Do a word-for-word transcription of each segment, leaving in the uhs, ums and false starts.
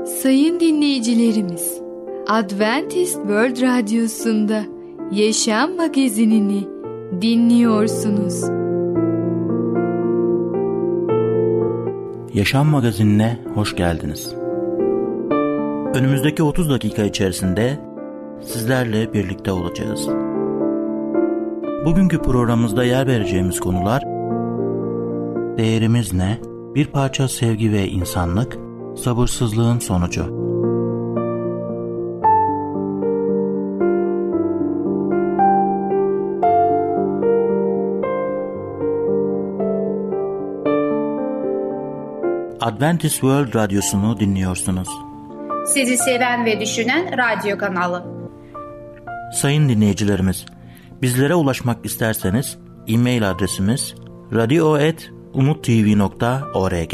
Sayın dinleyicilerimiz, Adventist World Radyosu'nda Yaşam Magazinini dinliyorsunuz. Yaşam Magazinine hoş geldiniz. Önümüzdeki otuz dakika içerisinde sizlerle birlikte olacağız. Bugünkü programımızda yer vereceğimiz konular: değerimiz ne? Bir parça sevgi ve insanlık, sabırsızlığın sonucu. Adventist World Radyosu'nu dinliyorsunuz. Sizi seven ve düşünen radyo kanalı. Sayın dinleyicilerimiz, bizlere ulaşmak isterseniz e-mail adresimiz radio et umuttv nokta org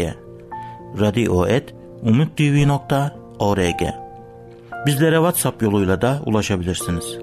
radio et umuttv nokta org. Bizlere WhatsApp yoluyla da ulaşabilirsiniz.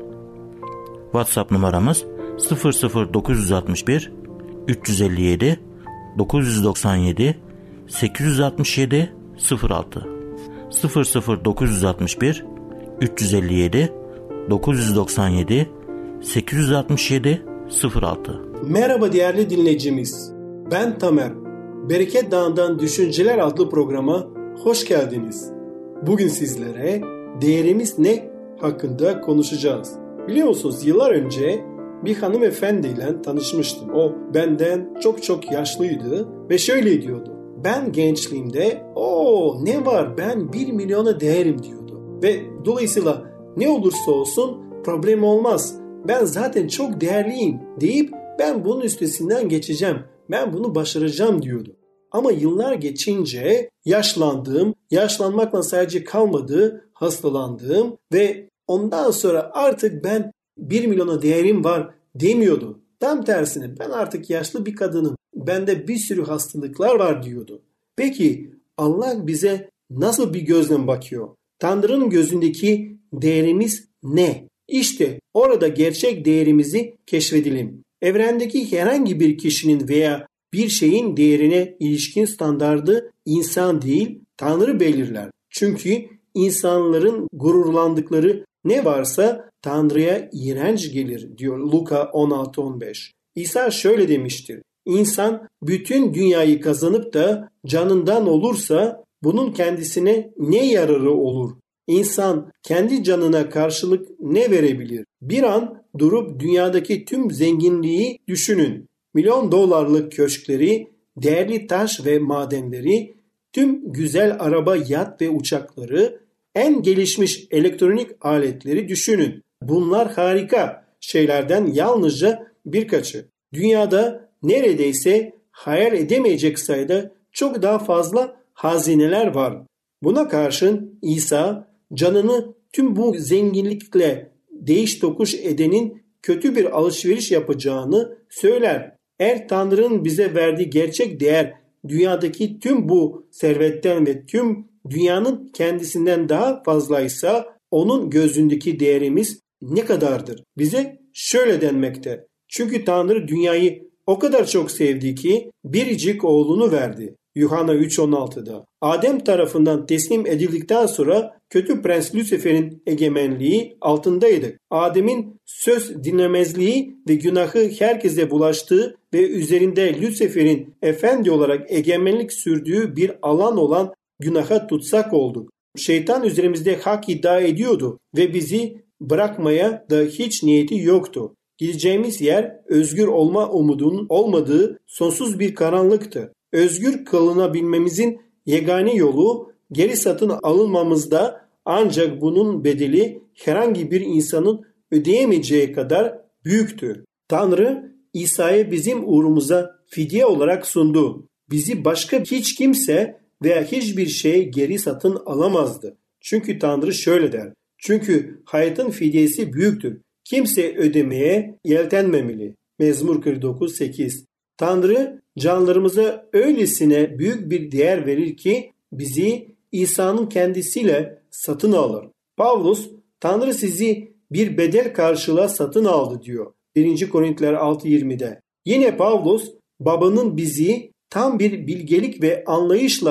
WhatsApp numaramız sıfır sıfır dokuz altı bir üç yüz elli yedi dokuz yüz doksan yedi sekiz yüz altmış yedi sıfır altı sıfır sıfır dokuz altı bir üç yüz elli yedi dokuz yüz doksan yedi sekiz yüz altmış yedi sıfır altı. Merhaba değerli dinleyicimiz. Ben Tamer. Bereket Dağı'ndan Düşünceler adlı programa hoş geldiniz. Bugün sizlere değerimiz ne hakkında konuşacağız. Biliyor musunuz, yıllar önce bir hanımefendiyle tanışmıştım. O benden çok çok yaşlıydı ve şöyle diyordu. Ben gençliğimde o ne var ben bir milyona değerim diyordu. Ve dolayısıyla ne olursa olsun problem olmaz. Ben zaten çok değerliyim deyip ben bunun üstesinden geçeceğim. Ben bunu başaracağım diyordu. Ama yıllar geçince yaşlandım, yaşlanmakla sadece kalmadı, hastalandım ve ondan sonra artık ben bir milyona değerim var demiyordu. Tam tersine ben artık yaşlı bir kadınım, bende bir sürü hastalıklar var diyordu. Peki Allah bize nasıl bir gözle bakıyor? Tanrı'nın gözündeki değerimiz ne? İşte orada gerçek değerimizi keşfedelim. Evrendeki herhangi bir kişinin veya bir şeyin değerine ilişkin standardı insan değil, Tanrı belirler. Çünkü insanların gururlandıkları ne varsa Tanrı'ya iğrenç gelir diyor Luka on altı on beş. İsa şöyle demiştir. İnsan bütün dünyayı kazanıp da canından olursa bunun kendisine ne yararı olur? İnsan kendi canına karşılık ne verebilir? Bir an durup dünyadaki tüm zenginliği düşünün. Milyon dolarlık köşkleri, değerli taş ve madenleri, tüm güzel araba, yat ve uçakları, en gelişmiş elektronik aletleri düşünün. Bunlar harika şeylerden yalnızca birkaçı. Dünyada neredeyse hayal edemeyecek sayıda çok daha fazla hazineler var. Buna karşın İsa canını tüm bu zenginlikle değiş tokuş edenin kötü bir alışveriş yapacağını söyler. Eğer Tanrı'nın bize verdiği gerçek değer dünyadaki tüm bu servetten ve tüm dünyanın kendisinden daha fazlaysa onun gözündeki değerimiz ne kadardır? Bize şöyle denmekte. Çünkü Tanrı dünyayı o kadar çok sevdi ki biricik oğlunu verdi. Yuhanna üç on altıda. Adem tarafından teslim edildikten sonra kötü prens Lucifer'in egemenliği altındaydık. Adem'in söz dinlemezliği ve günahı herkese bulaştığı ve üzerinde Lucifer'in efendi olarak egemenlik sürdüğü bir alan olan günaha tutsak olduk. Şeytan üzerimizde hak iddia ediyordu ve bizi bırakmaya da hiç niyeti yoktu. Gideceğimiz yer özgür olma umudunun olmadığı sonsuz bir karanlıktı. Özgür kılınabilmemizin yegane yolu geri satın alınmamızda, ancak bunun bedeli herhangi bir insanın ödeyemeyeceği kadar büyüktü. Tanrı İsa'yı bizim uğrumuza fidye olarak sundu. Bizi başka hiç kimse veya hiçbir şey geri satın alamazdı. Çünkü Tanrı şöyle der. Çünkü hayatın fidyesi büyüktür. Kimse ödemeye yeltenmemeli. Mezmur kırk dokuz sekiz. Tanrı canlarımıza öylesine büyük bir değer verir ki bizi İsa'nın kendisiyle satın alır. Pavlus, Tanrı sizi bir bedel karşılığa satın aldı diyor. birinci Korintiler altı yirmide. Yine Pavlus, babanın bizi tam bir bilgelik ve anlayışla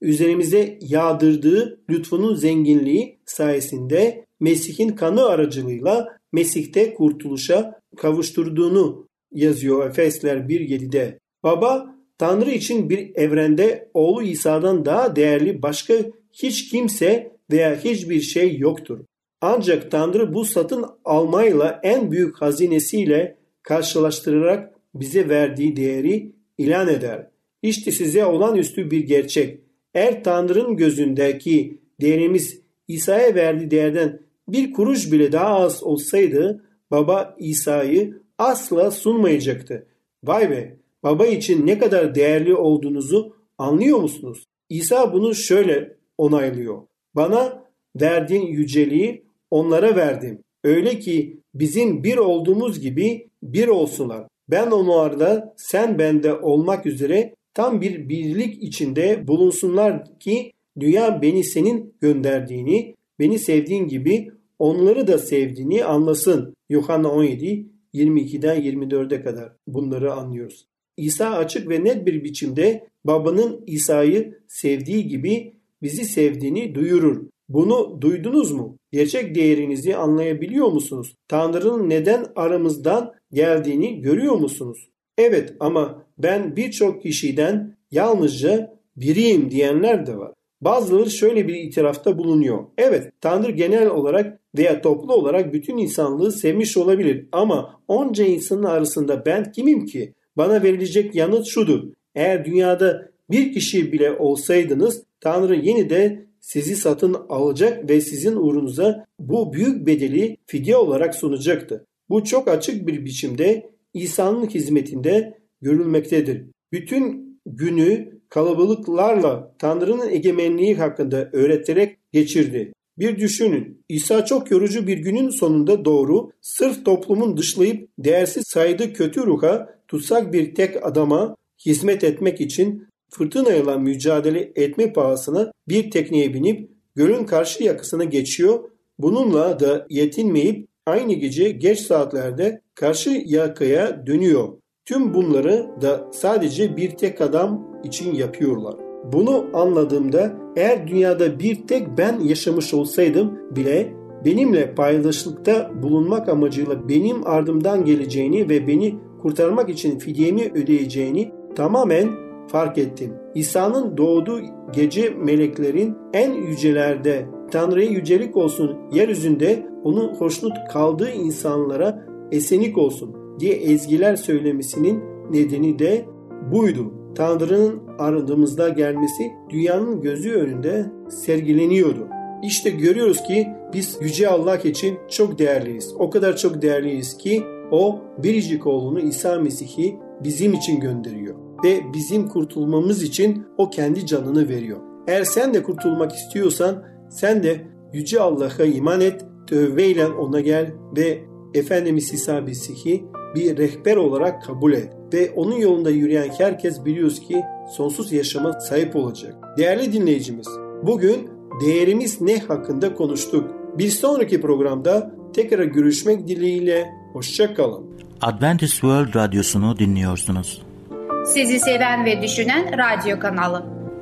üzerimize yağdırdığı lütfunun zenginliği sayesinde Mesih'in kanı aracılığıyla Mesih'te kurtuluşa kavuşturduğunu yazıyor Efesler bir yedide. Baba, Tanrı için bir evrende oğlu İsa'dan daha değerli başka hiç kimse veya hiçbir şey yoktur. Ancak Tanrı bu satın almayla en büyük hazinesiyle karşılaştırarak bize verdiği değeri ilan eder. İşte size olağanüstü bir gerçek. Eğer Tanrı'nın gözündeki değerimiz İsa'ya verdiği değerden bir kuruş bile daha az olsaydı Baba İsa'yı asla sunmayacaktı. Vay be! Baba için ne kadar değerli olduğunuzu anlıyor musunuz? İsa bunu şöyle onaylıyor. Bana verdiğin yüceliği onlara verdim. Öyle ki bizim bir olduğumuz gibi bir olsunlar. Ben onlarda, sen bende olmak üzere tam bir birlik içinde bulunsunlar ki dünya beni senin gönderdiğini, beni sevdiğin gibi onları da sevdiğini anlasın. Yuhanna on yedi yirmi ikiden yirmi dörde kadar bunları anlıyoruz. İsa açık ve net bir biçimde babanın İsa'yı sevdiği gibi bizi sevdiğini duyurur. Bunu duydunuz mu? Gerçek değerinizi anlayabiliyor musunuz? Tanrı'nın neden aramızdan geldiğini görüyor musunuz? Evet, ama ben birçok kişiden yalnızca biriyim diyenler de var. Bazıları şöyle bir itirafta bulunuyor. Evet, Tanrı genel olarak veya toplu olarak bütün insanlığı sevmiş olabilir ama onca insanın arasında ben kimim ki? Bana verilecek yanıt şudur. Eğer dünyada bir kişi bile olsaydınız Tanrı yine de sizi satın alacak ve sizin uğrunuza bu büyük bedeli fidye olarak sunacaktı. Bu çok açık bir biçimde İsa'nın hizmetinde görülmektedir. Bütün günü kalabalıklarla Tanrı'nın egemenliği hakkında öğreterek geçirdi. Bir düşünün, İsa çok yorucu bir günün sonunda doğru, sırf toplumun dışlayıp değersiz saydığı kötü ruha tutsak bir tek adama hizmet etmek için fırtınayla mücadele etme pahasına bir tekneye binip gölün karşı yakasına geçiyor. Bununla da yetinmeyip aynı gece geç saatlerde karşı yakaya dönüyor. Tüm bunları da sadece bir tek adam için yapıyorlar. Bunu anladığımda eğer dünyada bir tek ben yaşamış olsaydım bile benimle paydaşlıkta bulunmak amacıyla benim ardımdan geleceğini ve beni kurtarmak için fidyemi ödeyeceğini tamamen fark ettim. İsa'nın doğduğu gece meleklerin en yücelerde Tanrı'ya yücelik olsun, yeryüzünde onun hoşnut kaldığı insanlara esenlik olsun diye ezgiler söylemesinin nedeni de buydu. Tanrı'nın aramızda gelmesi dünyanın gözü önünde sergileniyordu. İşte görüyoruz ki biz Yüce Allah için çok değerliyiz. O kadar çok değerliyiz ki o biricik oğlunu İsa Mesih'i bizim için gönderiyor. Ve bizim kurtulmamız için o kendi canını veriyor. Eğer sen de kurtulmak istiyorsan sen de Yüce Allah'a iman et, tövbeyle ona gel ve Efendimiz İsa Mesih'i bir rehber olarak kabul et. Ve onun yolunda yürüyen herkes biliyoruz ki sonsuz yaşama sahip olacak. Değerli dinleyicimiz, bugün değerimiz ne hakkında konuştuk. Bir sonraki programda tekrar görüşmek dileğiyle, hoşça kalın. Adventist World Radyosu'nu dinliyorsunuz. Sizi seven ve düşünen radyo kanalı.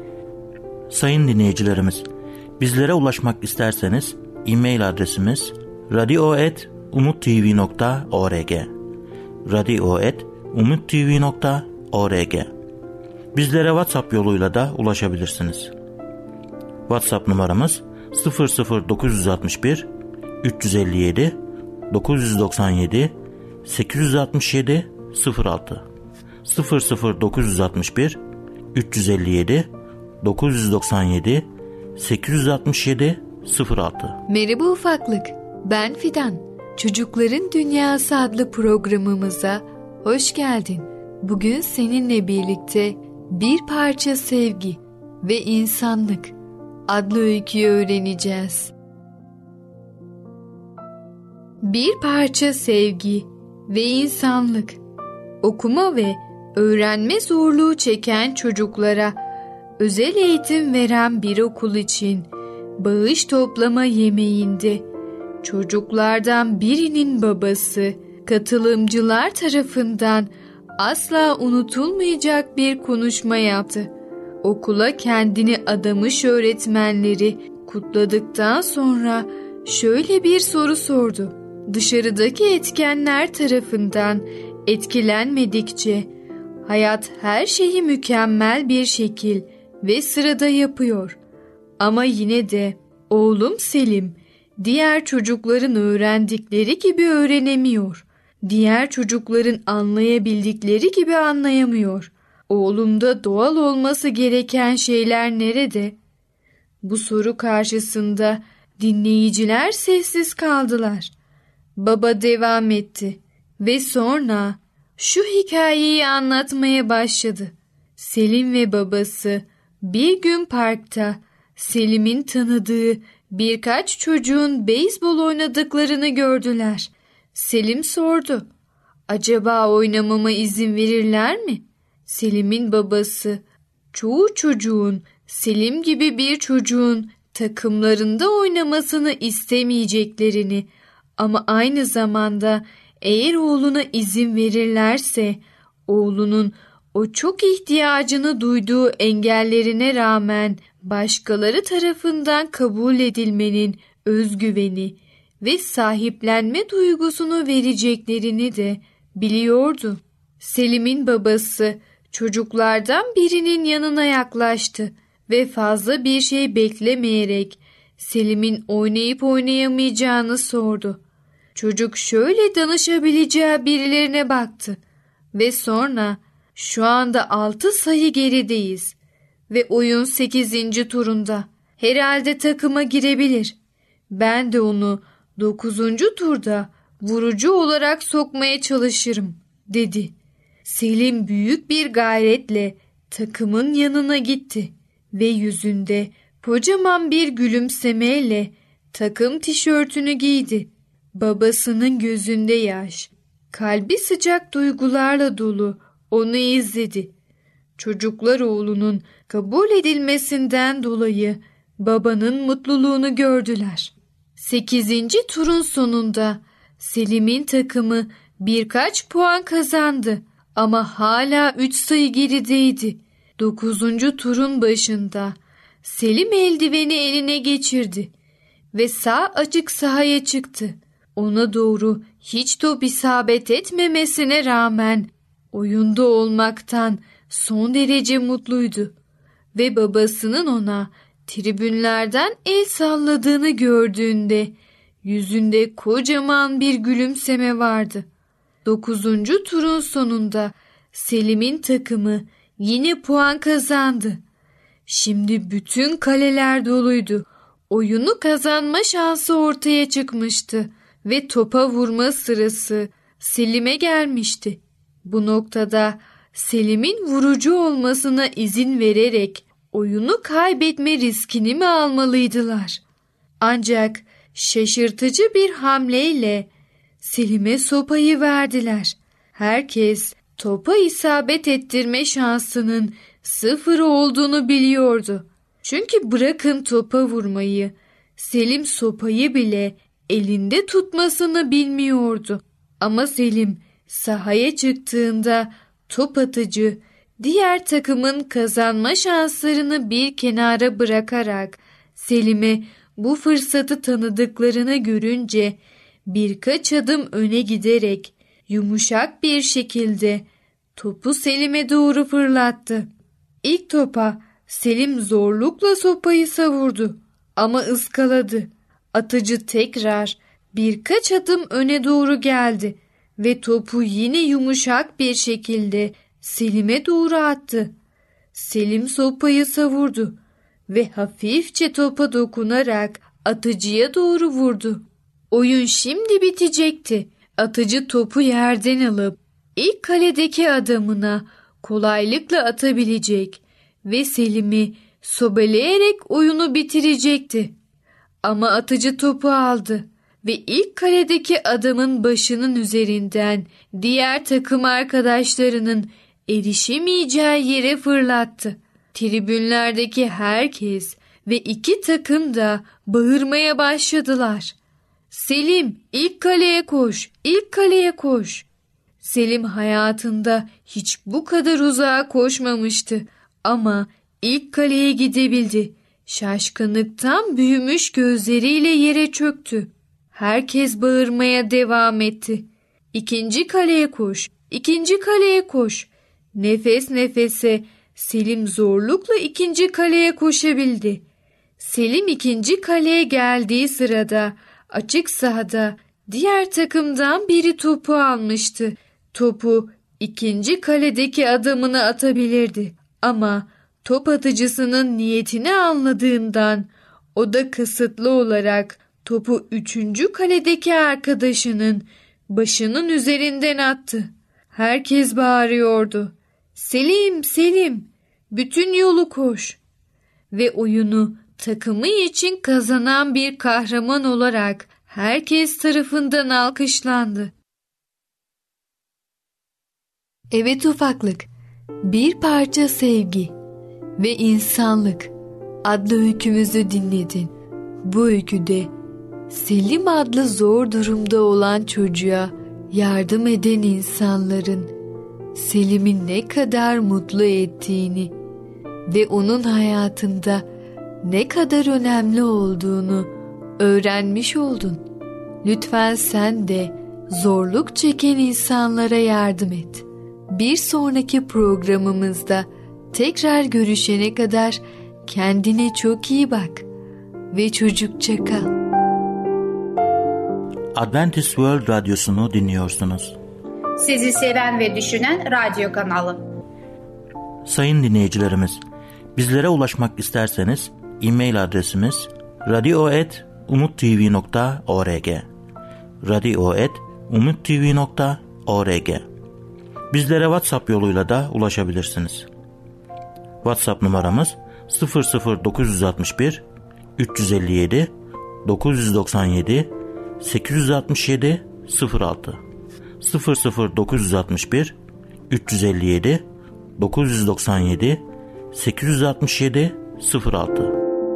Sayın dinleyicilerimiz, bizlere ulaşmak isterseniz e-mail adresimiz radio et umuttv nokta org radio et umuttv nokta org. Bizlere WhatsApp yoluyla da ulaşabilirsiniz. WhatsApp numaramız sıfır sıfır dokuz altı bir üç elli yedi dokuz doksan yedi sekiz altı yedi sıfır altı sıfır sıfır dokuz altı bir üç elli yedi dokuz doksan yedi sekiz altı yedi sıfır altı. Merhaba ufaklık, ben Fidan. Çocukların Dünyası adlı programımıza hoş geldin. Bugün seninle birlikte Bir Parça Sevgi ve İnsanlık adlı öyküyü öğreneceğiz. Bir parça sevgi ve insanlık. Okuma ve öğrenme zorluğu çeken çocuklara özel eğitim veren bir okul için bağış toplama yemeğinde çocuklardan birinin babası katılımcılar tarafından asla unutulmayacak bir konuşma yaptı. Okula kendini adamış öğretmenleri kutladıktan sonra şöyle bir soru sordu. Dışarıdaki etkenler tarafından etkilenmedikçe hayat her şeyi mükemmel bir şekil ve sırada yapıyor. Ama yine de oğlum Selim diğer çocukların öğrendikleri gibi öğrenemiyor. Diğer çocukların anlayabildikleri gibi anlayamıyor. Oğlumda doğal olması gereken şeyler nerede? Bu soru karşısında dinleyiciler sessiz kaldılar. Baba devam etti ve sonra şu hikayeyi anlatmaya başladı. Selim ve babası bir gün parkta Selim'in tanıdığı birkaç çocuğun beyzbol oynadıklarını gördüler. Selim sordu. Acaba oynamama izin verirler mi? Selim'in babası, çoğu çocuğun Selim gibi bir çocuğun takımlarında oynamasını istemeyeceklerini ama aynı zamanda eğer oğluna izin verirlerse oğlunun o çok ihtiyacını duyduğu engellerine rağmen başkaları tarafından kabul edilmenin özgüveni ve sahiplenme duygusunu vereceklerini de biliyordu. Selim'in babası çocuklardan birinin yanına yaklaştı ve fazla bir şey beklemeyerek Selim'in oynayıp oynayamayacağını sordu. Çocuk şöyle danışabileceği birilerine baktı ve sonra şu anda altı sayı gerideyiz ve oyun sekizinci turunda. Herhalde takıma girebilir. Ben de onu dokuzuncu turda vurucu olarak sokmaya çalışırım, dedi. Selim büyük bir gayretle takımın yanına gitti ve yüzünde kocaman bir gülümsemeyle takım tişörtünü giydi. Babasının gözünde yaş, kalbi sıcak duygularla dolu onu izledi. Çocuklar oğlunun kabul edilmesinden dolayı babanın mutluluğunu gördüler. Sekizinci turun sonunda Selim'in takımı birkaç puan kazandı ama hala üç sayı gerideydi. Dokuzuncu turun başında Selim eldiveni eline geçirdi ve sağ açık sahaya çıktı. Ona doğru hiç top isabet etmemesine rağmen oyunda olmaktan son derece mutluydu ve babasının ona tribünlerden el salladığını gördüğünde yüzünde kocaman bir gülümseme vardı. Dokuzuncu turun sonunda Selim'in takımı yine puan kazandı. Şimdi bütün kaleler doluydu. Oyunu kazanma şansı ortaya çıkmıştı ve topa vurma sırası Selim'e gelmişti. Bu noktada Selim'in vurucu olmasına izin vererek oyunu kaybetme riskini mi almalıydılar? Ancak şaşırtıcı bir hamleyle Selim'e sopayı verdiler. Herkes topa isabet ettirme şansının sıfır olduğunu biliyordu. Çünkü bırakın topa vurmayı, Selim sopayı bile elinde tutmasını bilmiyordu. Ama Selim sahaya çıktığında top atıcı diğer takımın kazanma şanslarını bir kenara bırakarak Selim'e bu fırsatı tanıdıklarını görünce birkaç adım öne giderek yumuşak bir şekilde topu Selim'e doğru fırlattı. İlk topa Selim zorlukla sopayı savurdu ama ıskaladı. Atıcı tekrar birkaç adım öne doğru geldi ve topu yine yumuşak bir şekilde Selim'e doğru attı. Selim sopayı savurdu ve hafifçe topa dokunarak atıcıya doğru vurdu. Oyun şimdi bitecekti. Atıcı topu yerden alıp ilk kaledeki adamına kolaylıkla atabilecek ve Selim'i sobeleyerek oyunu bitirecekti. Ama atıcı topu aldı ve ilk kaledeki adamın başının üzerinden diğer takım arkadaşlarının erişemeyeceği yere fırlattı. Tribünlerdeki herkes ve iki takım da bağırmaya başladılar. Selim, ilk kaleye koş, ilk kaleye koş. Selim hayatında hiç bu kadar uzağa koşmamıştı ama ilk kaleye gidebildi. Şaşkınlıktan büyümüş gözleriyle yere çöktü. Herkes bağırmaya devam etti. İkinci kaleye koş, ikinci kaleye koş. Nefes nefese Selim zorlukla ikinci kaleye koşabildi. Selim ikinci kaleye geldiği sırada açık sahada diğer takımdan biri topu almıştı. Topu ikinci kaledeki adamına atabilirdi ama top atıcısının niyetini anladığından o da kısıtlı olarak topu üçüncü kaledeki arkadaşının başının üzerinden attı. Herkes bağırıyordu. Selim, Selim, bütün yolu koş. Ve oyunu takımı için kazanan bir kahraman olarak herkes tarafından alkışlandı. Evet ufaklık, bir parça sevgi ve insanlık adlı öykümüzü dinledin. Bu öyküde Selim adlı zor durumda olan çocuğa yardım eden insanların Selim'i ne kadar mutlu ettiğini ve onun hayatında ne kadar önemli olduğunu öğrenmiş oldun. Lütfen sen de zorluk çeken insanlara yardım et. Bir sonraki programımızda tekrar görüşene kadar kendine çok iyi bak ve çocukça kal. Adventist World Radyosu'nu dinliyorsunuz. Sizi seven ve düşünen radyo kanalı. Sayın dinleyicilerimiz, bizlere ulaşmak isterseniz e-mail adresimiz radio et umuttv nokta org radio et umuttv nokta org. Bizlere WhatsApp yoluyla da ulaşabilirsiniz. WhatsApp numaramız sıfır sıfır dokuz altı bir üç yüz elli yedi dokuz yüz doksan yedi sekiz yüz altmış yedi sıfır altı sıfır sıfır dokuz altı bir üç yüz elli yedi dokuz yüz doksan yedi sekiz yüz altmış yedi sıfır altı.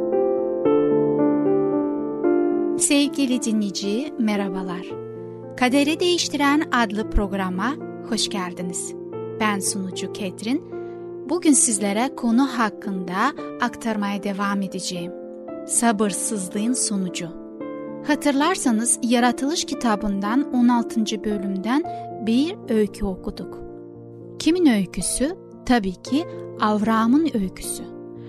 Sevgili dinleyici, merhabalar. Kaderi Değiştiren adlı programa hoş geldiniz. Ben sunucu Ketrin. Bugün sizlere konu hakkında aktarmaya devam edeceğim. Sabırsızlığın sonucu. Hatırlarsanız Yaratılış kitabından on altıncı bölümden bir öykü okuduk. Kimin öyküsü? Tabii ki Avraam'ın öyküsü.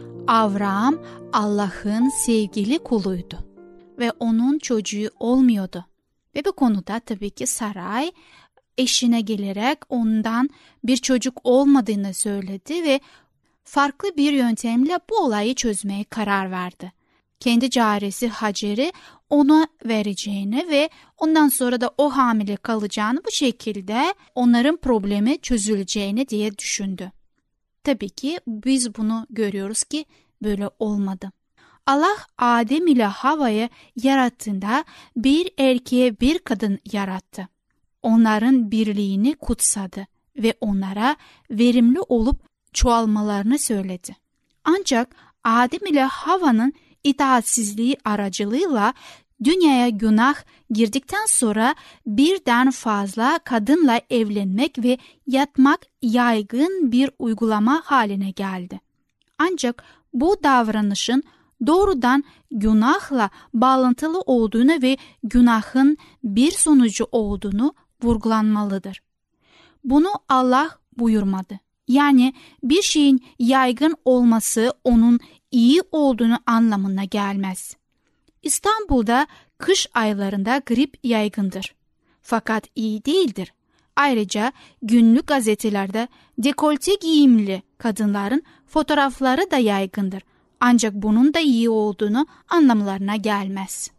Avraam Allah'ın sevgili kuluydu ve onun çocuğu olmuyordu. Ve bu konuda tabii ki Saray eşine gelerek ondan bir çocuk olmadığını söyledi ve farklı bir yöntemle bu olayı çözmeye karar verdi. Kendi carisi Hacer'i ona vereceğini ve ondan sonra da o hamile kalacağını, bu şekilde onların problemi çözüleceğini diye düşündü. Tabii ki biz bunu görüyoruz ki böyle olmadı. Allah Adem ile Havva'yı yarattığında bir erkeğe bir kadın yarattı. Onların birliğini kutsadı ve onlara verimli olup çoğalmalarını söyledi. Ancak Adem ile Havva'nın itaatsizliği aracılığıyla dünyaya günah girdikten sonra birden fazla kadınla evlenmek ve yatmak yaygın bir uygulama haline geldi. Ancak bu davranışın doğrudan günahla bağlantılı olduğunu ve günahın bir sonucu olduğunu vurgulanmalıdır. Bunu Allah buyurmadı. Yani bir şeyin yaygın olması onun iyi olduğunu anlamına gelmez. İstanbul'da kış aylarında grip yaygındır. Fakat iyi değildir. Ayrıca günlük gazetelerde dekolte giyimli kadınların fotoğrafları da yaygındır. Ancak bunun da iyi olduğunu anlamlarına gelmez.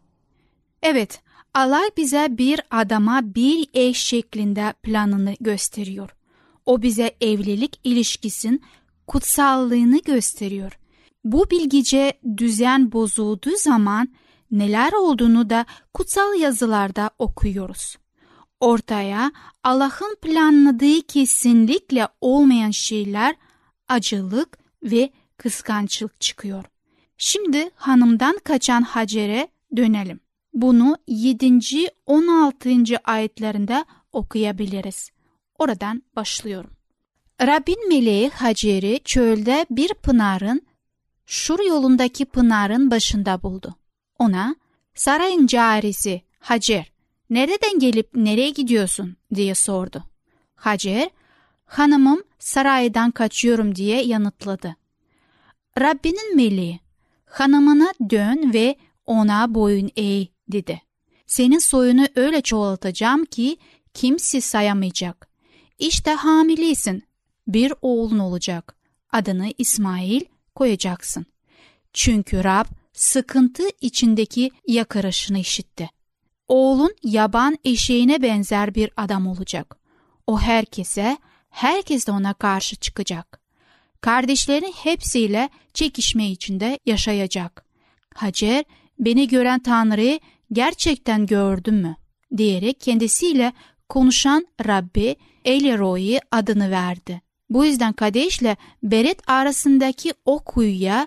Evet, Allah bize bir adama bir eş şeklinde planını gösteriyor. O bize evlilik ilişkisinin kutsallığını gösteriyor. Bu bilgice düzen bozulduğu zaman neler olduğunu da kutsal yazılarda okuyoruz. Ortaya Allah'ın planladığı kesinlikle olmayan şeyler, acılık ve kıskançlık çıkıyor. Şimdi hanımdan kaçan Hacer'e dönelim. Bunu yedinci on altıncı ayetlerinde okuyabiliriz. Oradan başlıyorum. Rabbin meleği Hacer'i çölde bir pınarın Şur yolundaki pınarın başında buldu. Ona, sarayın carisi Hacer, nereden gelip nereye gidiyorsun diye sordu. Hacer, hanımım saraydan kaçıyorum diye yanıtladı. Rabbinin meleği, hanımına dön ve ona boyun eğ dedi. Senin soyunu öyle çoğaltacağım ki kimse sayamayacak. İşte hamilesin, bir oğlun olacak. Adını İsmail koyacaksın. Çünkü Rab sıkıntı içindeki yakarışını işitti. Oğlun yaban eşeğine benzer bir adam olacak. O herkese, herkes de ona karşı çıkacak. Kardeşlerin hepsiyle çekişme içinde yaşayacak. Hacer, beni gören Tanrı'yı gerçekten gördün mü? Diyerek kendisiyle konuşan Rabbi El-Roi adını verdi. Bu yüzden Kadeş ile Beret arasındaki o kuyuya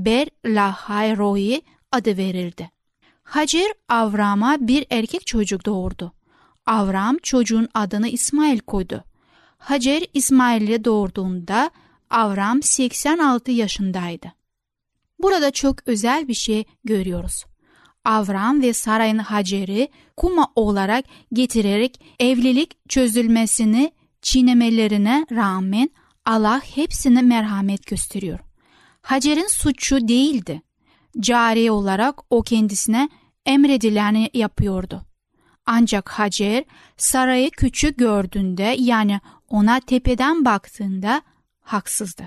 Ber-Lahai-Roi adı verildi. Hacer Avram'a bir erkek çocuk doğurdu. Avram çocuğun adını İsmail koydu. Hacer İsmail'i doğurduğunda Avram seksen altı yaşındaydı. Burada çok özel bir şey görüyoruz. Avram ve Saray'ın Hacer'i kuma olarak getirerek evlilik çözülmesini çiğnemelerine rağmen Allah hepsine merhamet gösteriyor. Hacer'in suçu değildi. Cariye olarak o kendisine emredileni yapıyordu. Ancak Hacer Saray'ı küçük gördüğünde, yani ona tepeden baktığında haksızdı.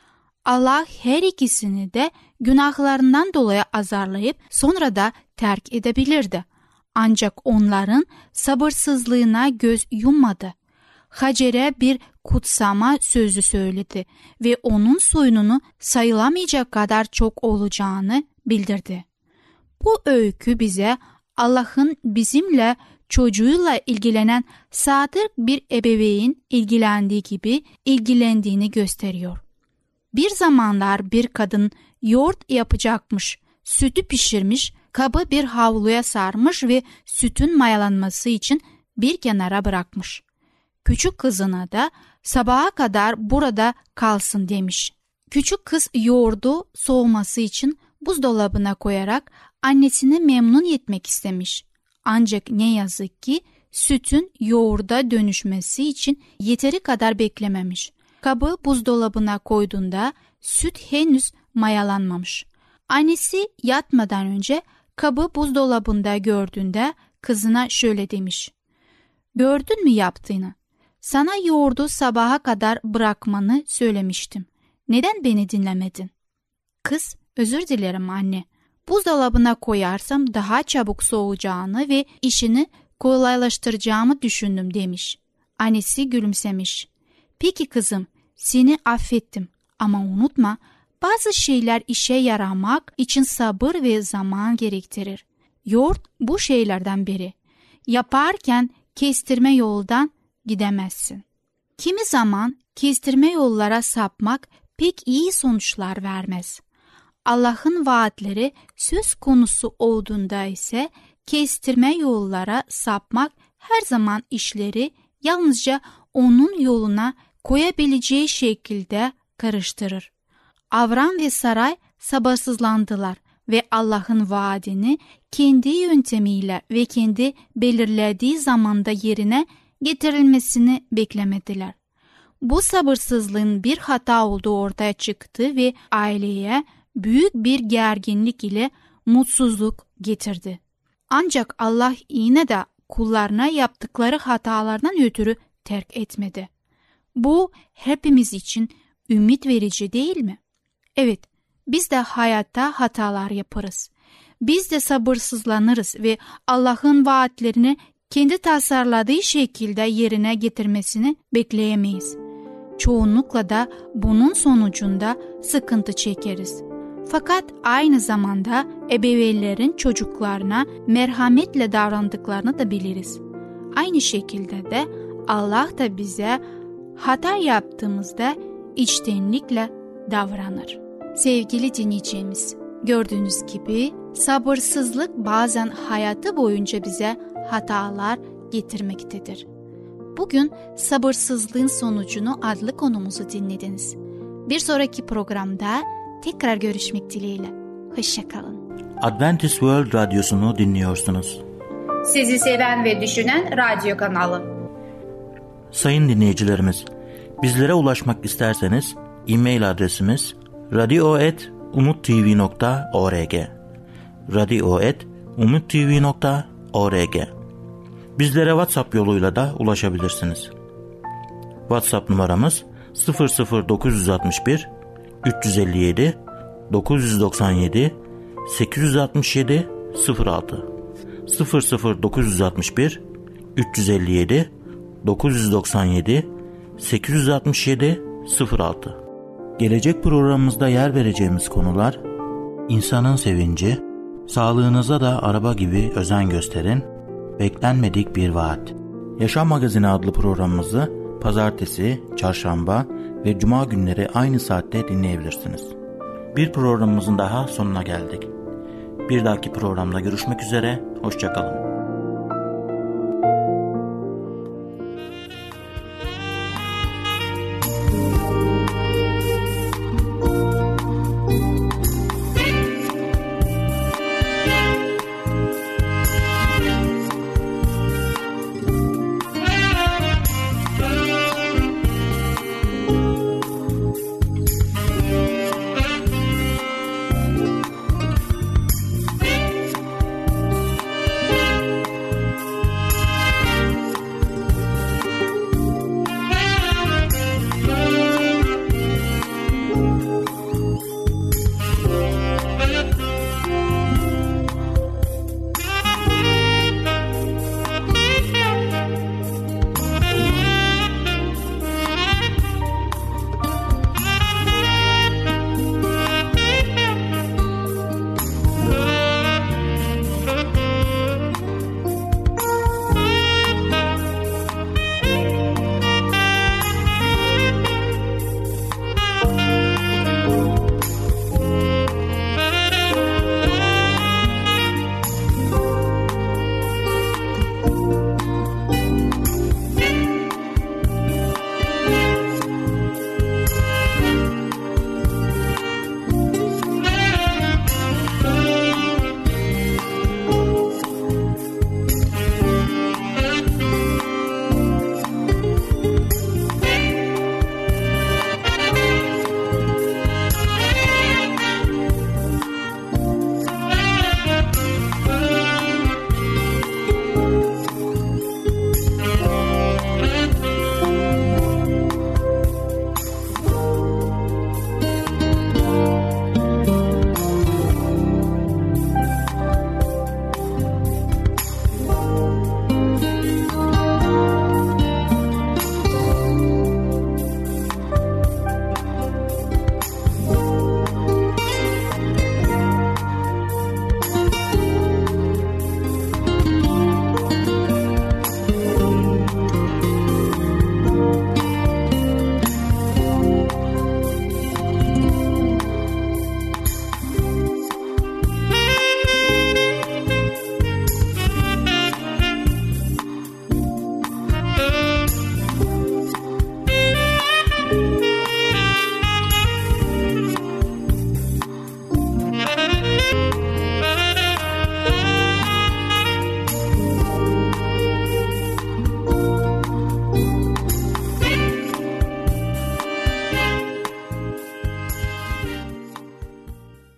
Allah her ikisini de günahlarından dolayı azarlayıp sonra da terk edebilirdi. Ancak onların sabırsızlığına göz yummadı. Hacer'e bir kutsama sözü söyledi ve onun soyunun sayılamayacak kadar çok olacağını bildirdi. Bu öykü bize Allah'ın bizimle çocuğuyla ilgilenen sadık bir ebeveyn ilgilendiği gibi ilgilendiğini gösteriyor. Bir zamanlar bir kadın yoğurt yapacakmış, sütü pişirmiş, kabı bir havluya sarmış ve sütün mayalanması için bir kenara bırakmış. Küçük kızına da sabaha kadar burada kalsın demiş. Küçük kız yoğurdu soğuması için buzdolabına koyarak annesini memnun etmek istemiş. Ancak ne yazık ki sütün yoğurda dönüşmesi için yeteri kadar beklememiş. Kabı buzdolabına koyduğunda süt henüz mayalanmamış. Annesi yatmadan önce kabı buzdolabında gördüğünde kızına şöyle demiş. Gördün mü yaptığını? Sana yoğurdu sabaha kadar bırakmanı söylemiştim. Neden beni dinlemedin? Kız, özür dilerim anne. Buzdolabına koyarsam daha çabuk soğuyacağını ve işini kolaylaştıracağımı düşündüm demiş. Annesi gülümsemiş. Peki kızım, seni affettim ama unutma, bazı şeyler işe yaramak için sabır ve zaman gerektirir. Yoğurt bu şeylerden biri. Yaparken kestirme yoldan gidemezsin. Kimi zaman kestirme yollara sapmak pek iyi sonuçlar vermez. Allah'ın vaatleri söz konusu olduğunda ise kestirme yollara sapmak her zaman işleri yalnızca onun yoluna koyabileceği şekilde karıştırır. Avram ve Saray sabırsızlandılar ve Allah'ın vaadini kendi yöntemiyle ve kendi belirlediği zamanda yerine getirilmesini beklemediler. Bu sabırsızlığın bir hata olduğu ortaya çıktı ve aileye büyük bir gerginlik ile mutsuzluk getirdi. Ancak Allah yine de kullarına yaptıkları hatalardan ötürü terk etmedi. Bu hepimiz için ümit verici değil mi? Evet, biz de hayatta hatalar yaparız. Biz de sabırsızlanırız ve Allah'ın vaatlerini kendi tasarladığı şekilde yerine getirmesini bekleyemeyiz. Çoğunlukla da bunun sonucunda sıkıntı çekeriz. Fakat aynı zamanda ebeveynlerin çocuklarına merhametle davrandıklarını da biliriz. Aynı şekilde de Allah da bize hata yaptığımızda içtenlikle davranır. Sevgili dinleyicimiz, gördüğünüz gibi sabırsızlık bazen hayatı boyunca bize hatalar getirmektedir. Bugün sabırsızlığın sonucunu adlı konumuzu dinlediniz. Bir sonraki programda tekrar görüşmek dileğiyle. Hoşçakalın. Adventist World Radyosu'nu dinliyorsunuz. Sizi seven ve düşünen radyo kanalı. Sayın dinleyicilerimiz, bizlere ulaşmak isterseniz e-mail adresimiz radio et umuttv nokta org radio et umuttv nokta org. Bizlere WhatsApp yoluyla da ulaşabilirsiniz. WhatsApp numaramız sıfır sıfır dokuz altı bir üç yüz elli yedi dokuz yüz doksan yedi sekiz yüz altmış yedi sıfır altı sıfır sıfır dokuz altı bir üç yüz elli yedi dokuz yüz doksan yedi sekiz yüz altmış yedi sıfır altı. Gelecek programımızda yer vereceğimiz konular: insanın sevinci, sağlığınıza da araba gibi özen gösterin, beklenmedik bir vaat. Yaşam Magazini adlı programımızı pazartesi, çarşamba ve cuma günleri aynı saatte dinleyebilirsiniz. Bir programımızın daha sonuna geldik. Bir dahaki programda görüşmek üzere, hoşça kalın.